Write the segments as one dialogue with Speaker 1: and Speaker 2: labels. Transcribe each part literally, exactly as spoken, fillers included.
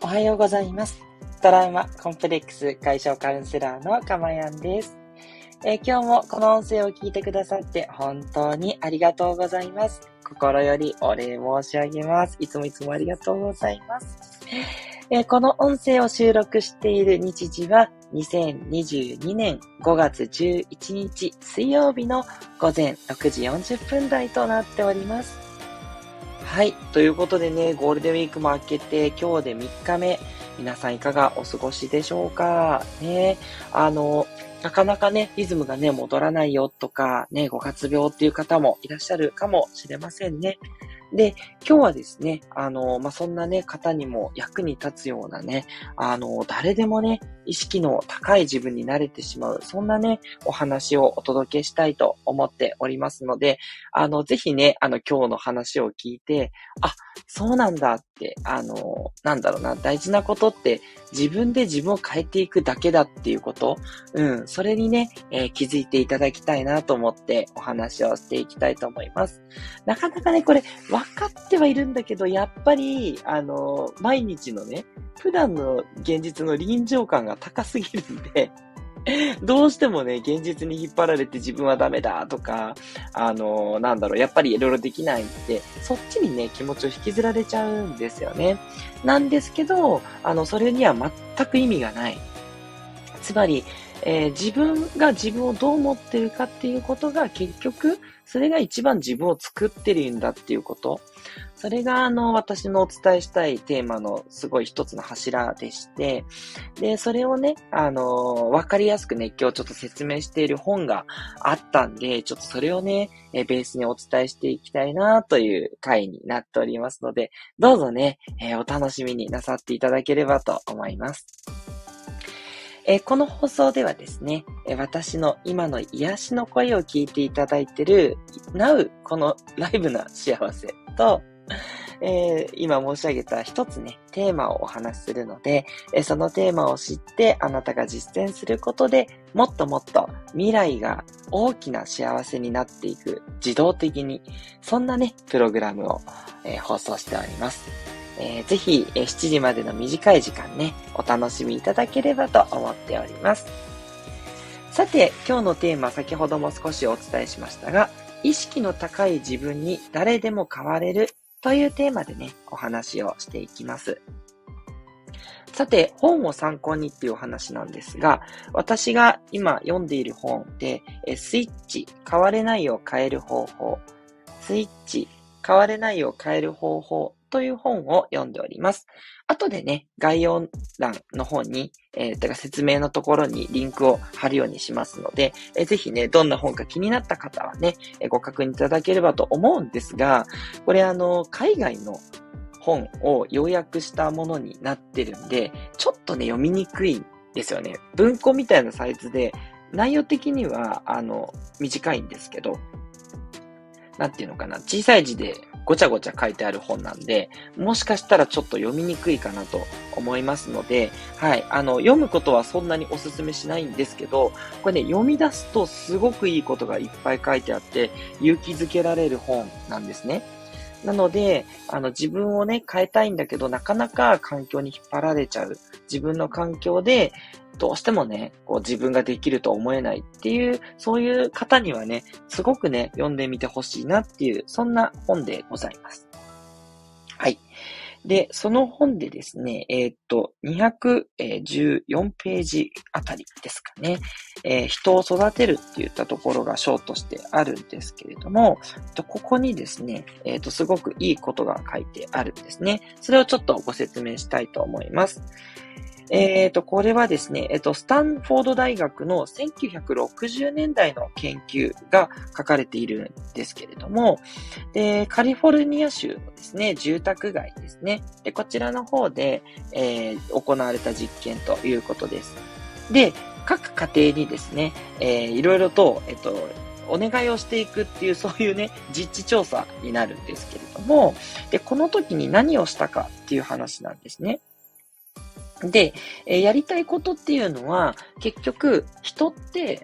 Speaker 1: おはようございます。トラウマコンプレックス解消カウンセラーのかまやんです、えー、今日もこの音声を聞いてくださって本当にありがとうございます。心よりお礼申し上げます。いつもいつもありがとうございます。えー、この音声を収録している日時はにせんにじゅうにねんごがつじゅういちにち水曜日のごぜんろくじよんじゅっぷん台となっております。はい。ということでね、ゴールデンウィークも明けて、今日でみっかめ。皆さんいかがお過ごしでしょうかね。あの、なかなかね、リズムがね、戻らないよとか、ね、ごかつ病っていう方もいらっしゃるかもしれませんね。で、今日はですね、あの、まあ、そんなね、方にも役に立つようなね、あの、誰でもね、意識の高い自分に慣れてしまう、そんなね、お話をお届けしたいと思っておりますので、あの、ぜひね、あの、今日の話を聞いて、あ、そうなんだって、あの、なんだろうな、大事なことって自分で自分を変えていくだけだっていうこと、うん、それにね、えー、気づいていただきたいなと思ってお話をしていきたいと思います。なかなかね、これ、分かってはいるんだけど、やっぱり、あの、毎日のね、普段の現実の臨場感が高すぎるんで、どうしてもね、現実に引っ張られて自分はダメだとか、あの、なんだろう、やっぱりいろいろできないんで、そっちにね、気持ちを引きずられちゃうんですよね。なんですけど、あの、それには全く意味がない。つまり、えー、自分が自分をどう思ってるかっていうことが結局、それが一番自分を作ってるんだっていうこと。それが、あの、私のお伝えしたいテーマのすごい一つの柱でして、で、それをね、あの、わかりやすくね、今日ちょっと説明している本があったんで、ちょっとそれをね、えベースにお伝えしていきたいなという回になっておりますので、どうぞね、えー、お楽しみになさっていただければと思います。えー、この放送ではですね、えー、私の今の癒しの声を聞いていただいている Now このライブな幸せと、えー、今申し上げた一つね、テーマをお話しするので、えー、そのテーマを知ってあなたが実践することでもっともっと未来が大きな幸せになっていく自動的に、そんなね、プログラムを、えー、放送しております。えー、ぜひ、えー、しちじまでの短い時間ね、お楽しみいただければと思っております。さて、今日のテーマ、先ほども少しお伝えしましたが、意識の高い自分に誰でも変われるというテーマでね、お話をしていきます。さて、本を参考にっていうお話なんですが、私が今読んでいる本で、えスイッチ、変われないを変える方法、スイッチ、変われないを変える方法という本を読んでおります。後でね、概要欄の方に、えー、てか説明のところにリンクを貼るようにしますので、えー、ぜひね、どんな本か気になった方はね、えー、ご確認いただければと思うんですが、これあの、海外の本を要約したものになってるんで、ちょっとね、読みにくいんですよね。文庫みたいなサイズで、内容的には、あの、短いんですけど、なんていうのかな、小さい字でごちゃごちゃ書いてある本なんで、もしかしたらちょっと読みにくいかなと思いますので、はい、あの、読むことはそんなにお勧めしないんですけど、これね、読み出すとすごくいいことがいっぱい書いてあって、勇気づけられる本なんですね。なので、あの、自分をね、変えたいんだけど、なかなか環境に引っ張られちゃう。自分の環境で、どうしてもね、こう自分ができると思えないっていう、そういう方にはね、すごくね、読んでみてほしいなっていう、そんな本でございます。はい。で、その本でですね、えー、っと、にひゃくじゅうよんページあたりですかね、えー、人を育てるって言ったところが章としてあるんですけれども、ここにですね、えー、っと、すごくいいことが書いてあるんですね。それをちょっとご説明したいと思います。えっと、これはですね、えっと、スタンフォード大学のせんきゅうひゃくろくじゅうねんだいの研究が書かれているんですけれども、で、カリフォルニア州のですね、住宅街ですね。で、こちらの方で、えー、行われた実験ということです。で、各家庭にですね、えー、いろいろと、えっと、お願いをしていくっていう、そういうね、実地調査になるんですけれども、で、この時に何をしたかっていう話なんですね。で、えー、やりたいことっていうのは、結局、人って、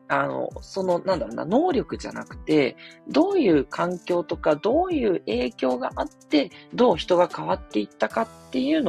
Speaker 1: あの、その、なんだろうな、能力じゃなくて、どういう環境とか、どういう影響があって、どう人が変わっていったかっていうのをね、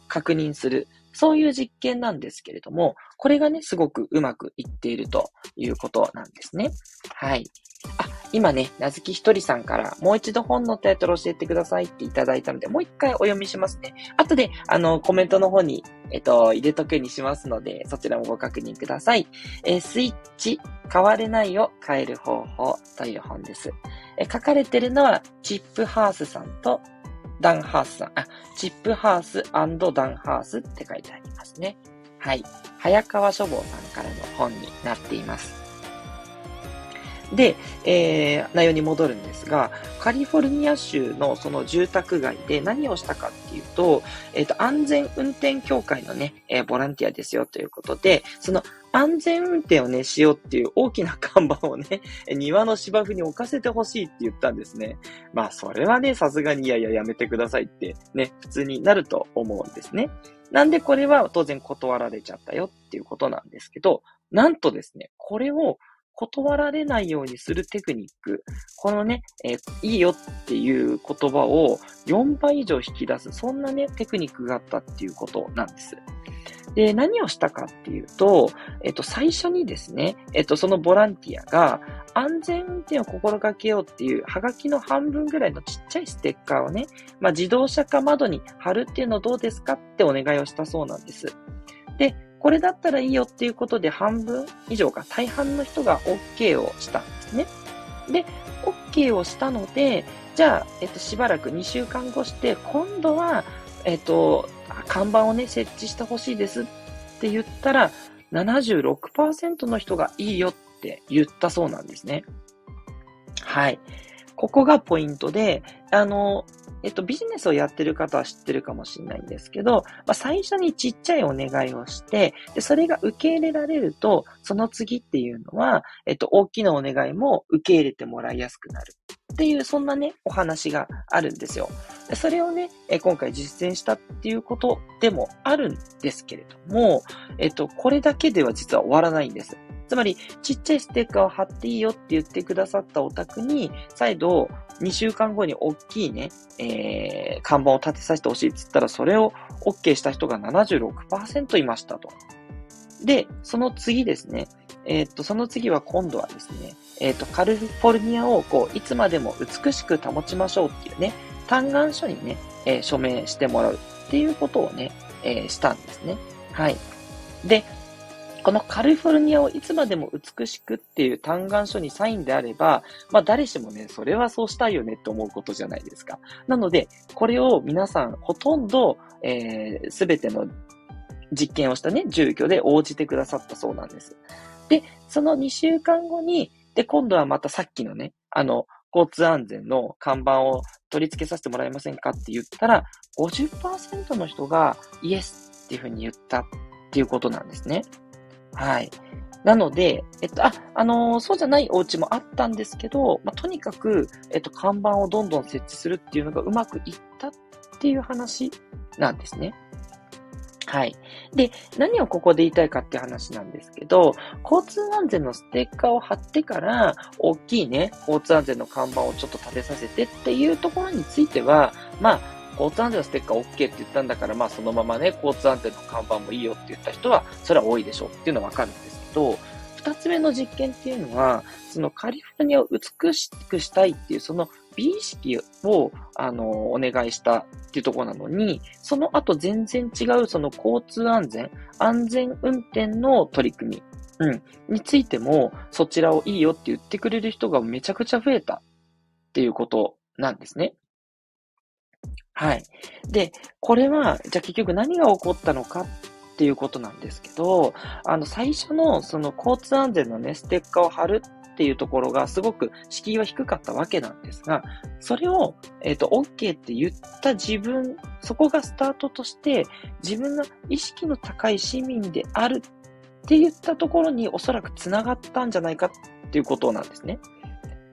Speaker 1: 確認する。そういう実験なんですけれども、これがね、すごくうまくいっているということなんですね。はい。あ、今ね、なずきひとりさんからもう一度本のタイトル教えてくださいっていただいたので、もう一回お読みしますね。後で、あの、コメントの方に、えっと、入れとくようにしますので、そちらもご確認ください。えー、スイッチ、変われないを変える方法という本です。えー、書かれているのは、チップハースさんとダンハースさん。あ、チップハース&ダンハースって書いてありますね。はい。早川書房さんからの本になっています。で、えー、内容に戻るんですが、カリフォルニア州のその住宅街で何をしたかっていうと、えっと、安全運転協会のね、えー、ボランティアですよということで、その安全運転をね、しようっていう大きな看板をね、庭の芝生に置かせてほしいって言ったんですね。まあ、それはね、さすがにいやいややめてくださいってね、普通になると思うんですね。なんでこれは当然断られちゃったよっていうことなんですけど、なんとですね、これを断られないようにするテクニック。このね、えー、いいよっていう言葉をよんばい以上引き出す。そんなね、テクニックがあったっていうことなんです。で、何をしたかっていうと、えっと、最初にですね、えっと、そのボランティアが安全運転を心がけようっていうハガキの半分ぐらいのちっちゃいステッカーをね、まあ、自動車か窓に貼るっていうのどうですかってお願いをしたそうなんです。で、これだったらいいよっていうことで半分以上が大半の人が OK をしたんですね。で、OK をしたので、じゃあ、えっと、しばらくにしゅうかんごして、今度は、えっと、看板をね、設置してほしいですって言ったら、ななじゅうろくパーセント の人がいいよって言ったそうなんですね。はい。ここがポイントで、あの、えっと、ビジネスをやってる方は知ってるかもしれないんですけど、まあ、最初にちっちゃいお願いをして、で、それが受け入れられると、その次っていうのは、えっと、大きなお願いも受け入れてもらいやすくなる。っていう、そんなね、お話があるんですよ。でそれをね、え今回実践したっていうことでもあるんですけれども、えっと、これだけでは実は終わらないんです。つまり、ちっちゃいステッカーを貼っていいよって言ってくださったお宅に、再度、にしゅうかんごに大きいね、えー、看板を立てさせてほしいって言ったら、それを OK した人が ななじゅうろくパーセント いましたと。で、その次ですね。えーっと、その次は今度はですね、えーっと、カリフォルニアをこう、いつまでも美しく保ちましょうっていうね、嘆願書にね、えー、署名してもらうっていうことをね、えー、したんですね。はい。で、このカリフォルニアをいつまでも美しくっていう嘆願書にサインであれば、まあ誰しもね、それはそうしたいよねって思うことじゃないですか。なので、これを皆さんほとんど、えー、すべての実験をしたね、住居で応じてくださったそうなんです。で、そのにしゅうかんごに、で、今度はまたさっきのね、あの、交通安全の看板を取り付けさせてもらえませんかって言ったら、ごじゅっパーセント の人がイエスっていうふうに言ったっていうことなんですね。はい。なので、えっと、あ、あのーそうじゃないお家もあったんですけど、まあ、とにかく、えっと、看板をどんどん設置するっていうのがうまくいったっていう話なんですね。はい。で、何をここで言いたいかって話なんですけど、交通安全のステッカーを貼ってから、大きいね、交通安全の看板をちょっと立てさせてっていうところについては、まあ、交通安全のステッカー OK って言ったんだから、まあそのままね、交通安全の看板もいいよって言った人は、それは多いでしょうっていうのはわかるんですけど、二つ目の実験っていうのは、そのカリフォルニアを美しくしたいっていう、その美意識を、あの、お願いしたっていうところなのに、その後全然違うその交通安全、安全運転の取り組み、うん、についても、そちらをいいよって言ってくれる人がめちゃくちゃ増えたっていうことなんですね。はい。で、これは、じゃあ結局何が起こったのかっていうことなんですけど、あの、最初のその交通安全のね、ステッカーを貼るっていうところがすごく敷居は低かったわけなんですが、それを、えっと、OK って言った自分、そこがスタートとして、自分が意識の高い市民であるって言ったところにおそらく繋がったんじゃないかっていうことなんですね。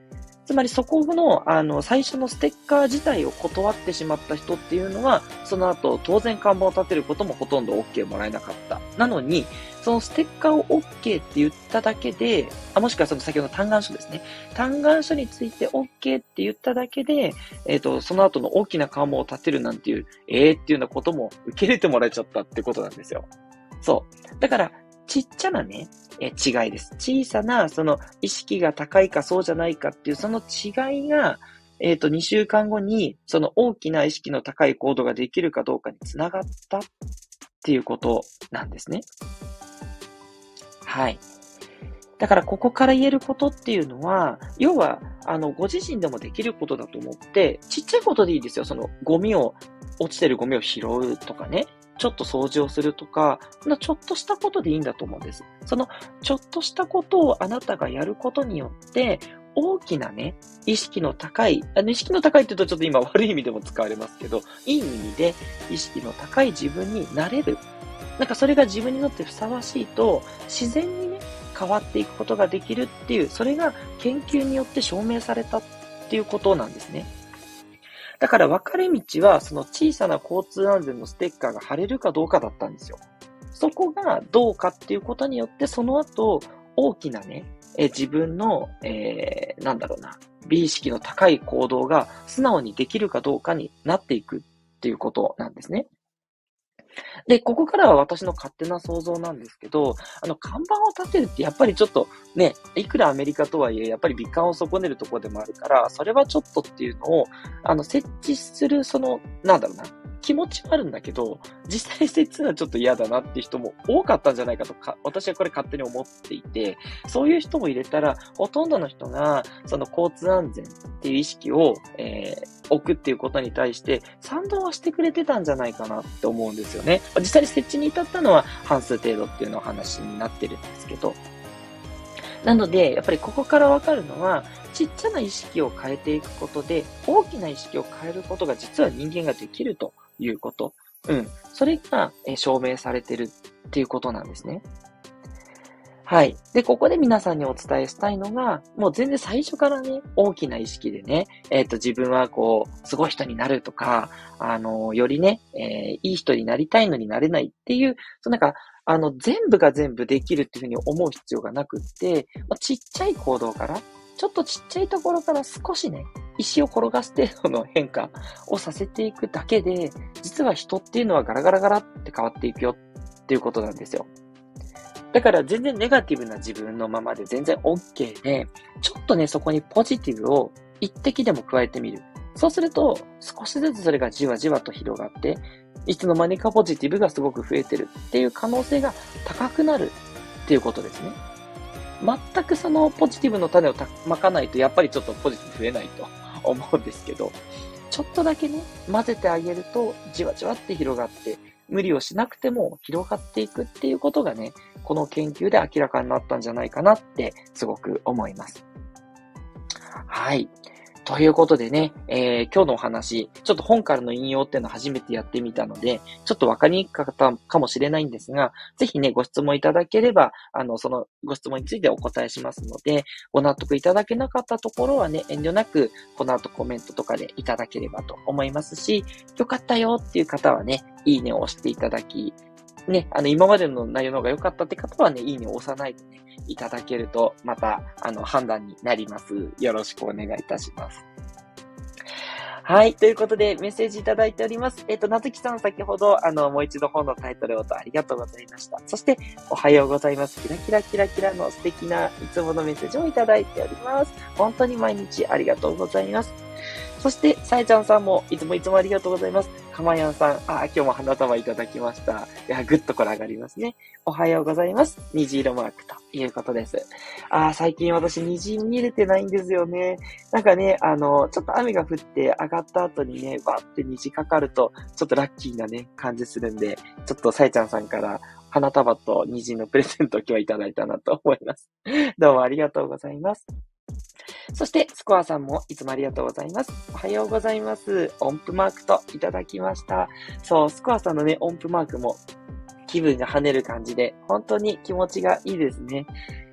Speaker 1: つまりそこの、あの、最初のステッカー自体を断ってしまった人っていうのは、その後、当然看板を立てることもほとんど OK もらえなかった。なのに、そのステッカーを OK って言っただけで、あ、もしくはその先ほどの嘆願書ですね。嘆願書について OK って言っただけで、えっと、その後の大きな看板を立てるなんていう、ええー、っていうようなことも受け入れてもらえちゃったってことなんですよ。そう。だから、ちっちゃなね、え違いです。小さな、その、意識が高いかそうじゃないかっていう、その違いが、えっと、にしゅうかんごに、その大きな意識の高い行動ができるかどうかにつながったっていうことなんですね。はい。だから、ここから言えることっていうのは、要は、あの、ご自身でもできることだと思って、ちっちゃいことでいいですよ。その、ゴミを、落ちてるゴミを拾うとかね。ちょっと掃除をするとか、ちょっとしたことでいいんだと思うんです。その、ちょっとしたことをあなたがやることによって、大きなね、意識の高い、あの、意識の高いって言うとちょっと今悪い意味でも使われますけど、いい意味で意識の高い自分になれる。なんかそれが自分にとってふさわしいと、自然にね、変わっていくことができるっていう、それが研究によって証明されたっていうことなんですね。だから分かれ道は、その小さな交通安全のステッカーが貼れるかどうかだったんですよ。そこがどうかっていうことによって、その後、大きなね、え自分の、えー、なんだろうな、美意識の高い行動が素直にできるかどうかになっていくっていうことなんですね。で、ここからは私の勝手な想像なんですけど、あの、看板を立てるってやっぱりちょっとね、いくらアメリカとはいえ、やっぱり美観を損ねるところでもあるから、それはちょっとっていうのを、あの、設置する、その、なんだろうな、気持ちはあるんだけど、実際設置するのはちょっと嫌だなっていう人も多かったんじゃないかとか、私はこれ勝手に思っていて、そういう人も入れたら、ほとんどの人が、その交通安全っていう意識を、えー置くっていうことに対して賛同はしてくれてたんじゃないかなって思うんですよね。実際に設置に至ったのは半数程度っていうのお話になってるんですけど。なので、やっぱりここからわかるのは、ちっちゃな意識を変えていくことで、大きな意識を変えることが実は人間ができるということ。うん。それが証明されてるっていうことなんですね。はい。で、ここで皆さんにお伝えしたいのが、もう全然最初からね、大きな意識でね、えっと、自分はこう、すごい人になるとか、あの、よりね、えーいい人になりたいのになれないっていう、そのなんか、あの、全部が全部できるっていうふうに思う必要がなくって、まあ、ちっちゃい行動から、ちょっとちっちゃいところから少しね、石を転がす程度の変化をさせていくだけで、実は人っていうのはガラガラガラって変わっていくよっていうことなんですよ。だから全然ネガティブな自分のままで全然 OK で、ちょっとね、そこにポジティブを一滴でも加えてみる。そうすると、少しずつそれがじわじわと広がって、いつの間にかポジティブがすごく増えてるっていう可能性が高くなるっていうことですね。全くそのポジティブの種をまかないと、やっぱりちょっとポジティブ増えないと思うんですけど、ちょっとだけね、混ぜてあげると、じわじわって広がって、無理をしなくても広がっていくっていうことがね、この研究で明らかになったんじゃないかなってすごく思います。はい。ということでね、えー、今日のお話、ちょっと本からの引用っていうのを初めてやってみたので、ちょっとわかりにくかったかもしれないんですが、ぜひね、ご質問いただければ、あの、そのご質問についてお答えしますので、ご納得いただけなかったところはね、遠慮なく、この後コメントとかでいただければと思いますし、よかったよっていう方はね、いいねを押していただき、ね、あの、今までの内容の方が良かったって方はね、いいねを押さないでね、いただけると、また、あの、判断になります。よろしくお願いいたします。はい。ということで、メッセージいただいております。えっと、なつきさん、先ほど、あの、もう一度本のタイトルをとありがとうございました。そして、おはようございます。キラキラキラキラの素敵ないつものメッセージをいただいております。本当に毎日ありがとうございます。そして、さえちゃんさんも、いつもいつもありがとうございます。かまやんさん、あ、今日も花束いただきました。いや、ぐっとこれ上がりますね。おはようございます。虹色マークということです。あ、最近私虹見れてないんですよね。なんかね、あの、ちょっと雨が降って上がった後にね、わーって虹かかると、ちょっとラッキーなね、感じするんで、ちょっとさえちゃんさんから花束と虹のプレゼントを今日いただいたなと思います。どうもありがとうございます。そして、スコアさんもいつもありがとうございます。おはようございます。音符マークといただきました。そう、スコアさんのね、音符マークも気分が跳ねる感じで、本当に気持ちがいいですね。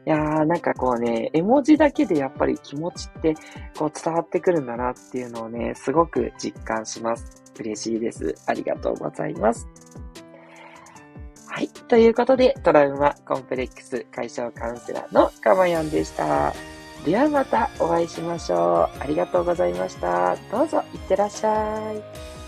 Speaker 1: いやー、なんかこうね、絵文字だけでやっぱり気持ちってこう伝わってくるんだなっていうのをね、すごく実感します。嬉しいです。ありがとうございます。はい。ということで、トラウマコンプレックス解消カウンセラーのかまやんでした。ではまたお会いしましょう。ありがとうございました。どうぞいってらっしゃい。